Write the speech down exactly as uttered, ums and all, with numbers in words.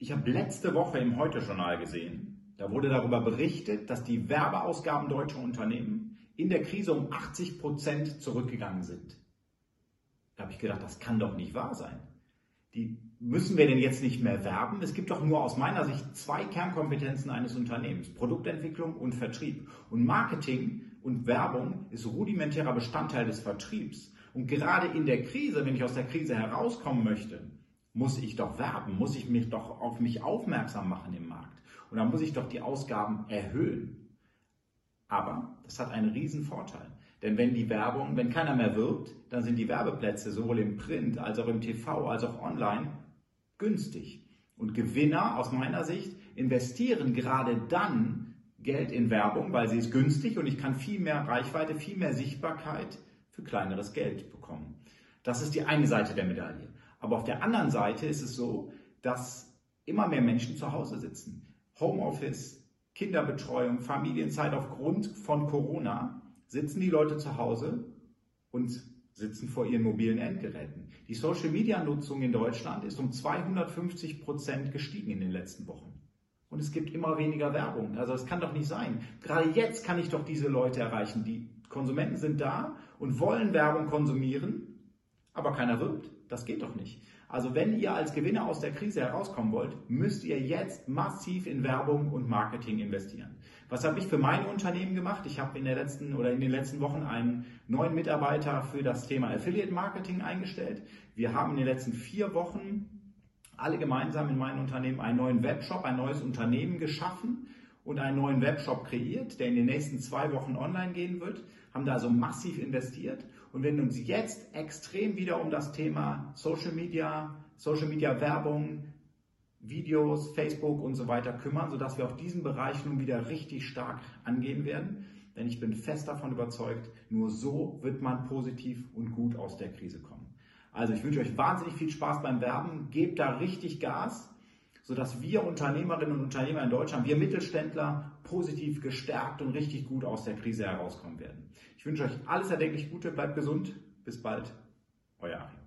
Ich habe letzte Woche im Heute-Journal gesehen, da wurde darüber berichtet, dass die Werbeausgaben deutscher Unternehmen in der Krise um achtzig Prozent zurückgegangen sind. Da habe ich gedacht, das kann doch nicht wahr sein. Die müssen wir denn jetzt nicht mehr werben? Es gibt doch nur aus meiner Sicht zwei Kernkompetenzen eines Unternehmens: Produktentwicklung und Vertrieb. Und Marketing und Werbung ist rudimentärer Bestandteil des Vertriebs. Und gerade in der Krise, wenn ich aus der Krise herauskommen möchte, muss ich doch werben, muss ich mich doch auf mich aufmerksam machen im Markt. Und dann muss ich doch die Ausgaben erhöhen. Aber das hat einen riesen Vorteil. Denn wenn die Werbung, wenn keiner mehr wirbt, dann sind die Werbeplätze sowohl im Print als auch im T V als auch online günstig. Und Gewinner aus meiner Sicht investieren gerade dann Geld in Werbung, weil sie ist günstig und ich kann viel mehr Reichweite, viel mehr Sichtbarkeit für kleineres Geld bekommen. Das ist die eine Seite der Medaille. Aber auf der anderen Seite ist es so, dass immer mehr Menschen zu Hause sitzen. Homeoffice, Kinderbetreuung, Familienzeit aufgrund von Corona, sitzen die Leute zu Hause und sitzen vor ihren mobilen Endgeräten. Die Social-Media-Nutzung in Deutschland ist um zweihundertfünfzig Prozent gestiegen in den letzten Wochen. Und es gibt immer weniger Werbung. Also das kann doch nicht sein. Gerade jetzt kann ich doch diese Leute erreichen. Die Konsumenten sind da und wollen Werbung konsumieren, aber keiner wirbt. Das geht doch nicht. Also wenn ihr als Gewinner aus der Krise herauskommen wollt, müsst ihr jetzt massiv in Werbung und Marketing investieren. Was habe ich für mein Unternehmen gemacht? Ich habe in der letzten oder in den letzten Wochen einen neuen Mitarbeiter für das Thema Affiliate Marketing eingestellt. Wir haben in den letzten vier Wochen alle gemeinsam in meinem Unternehmen einen neuen Webshop, ein neues Unternehmen geschaffen und einen neuen Webshop kreiert, der in den nächsten zwei Wochen online gehen wird. Haben da also massiv investiert und werden uns jetzt extrem wieder um das Thema Social Media, Social Media Werbung, Videos, Facebook und so weiter kümmern, sodass wir auch diesen Bereich nun wieder richtig stark angehen werden. Denn ich bin fest davon überzeugt, nur so wird man positiv und gut aus der Krise kommen. Also ich wünsche euch wahnsinnig viel Spaß beim Werben, gebt da richtig Gas, sodass wir Unternehmerinnen und Unternehmer in Deutschland, wir Mittelständler, positiv gestärkt und richtig gut aus der Krise herauskommen werden. Ich wünsche euch alles erdenklich Gute, bleibt gesund, bis bald, euer Achim.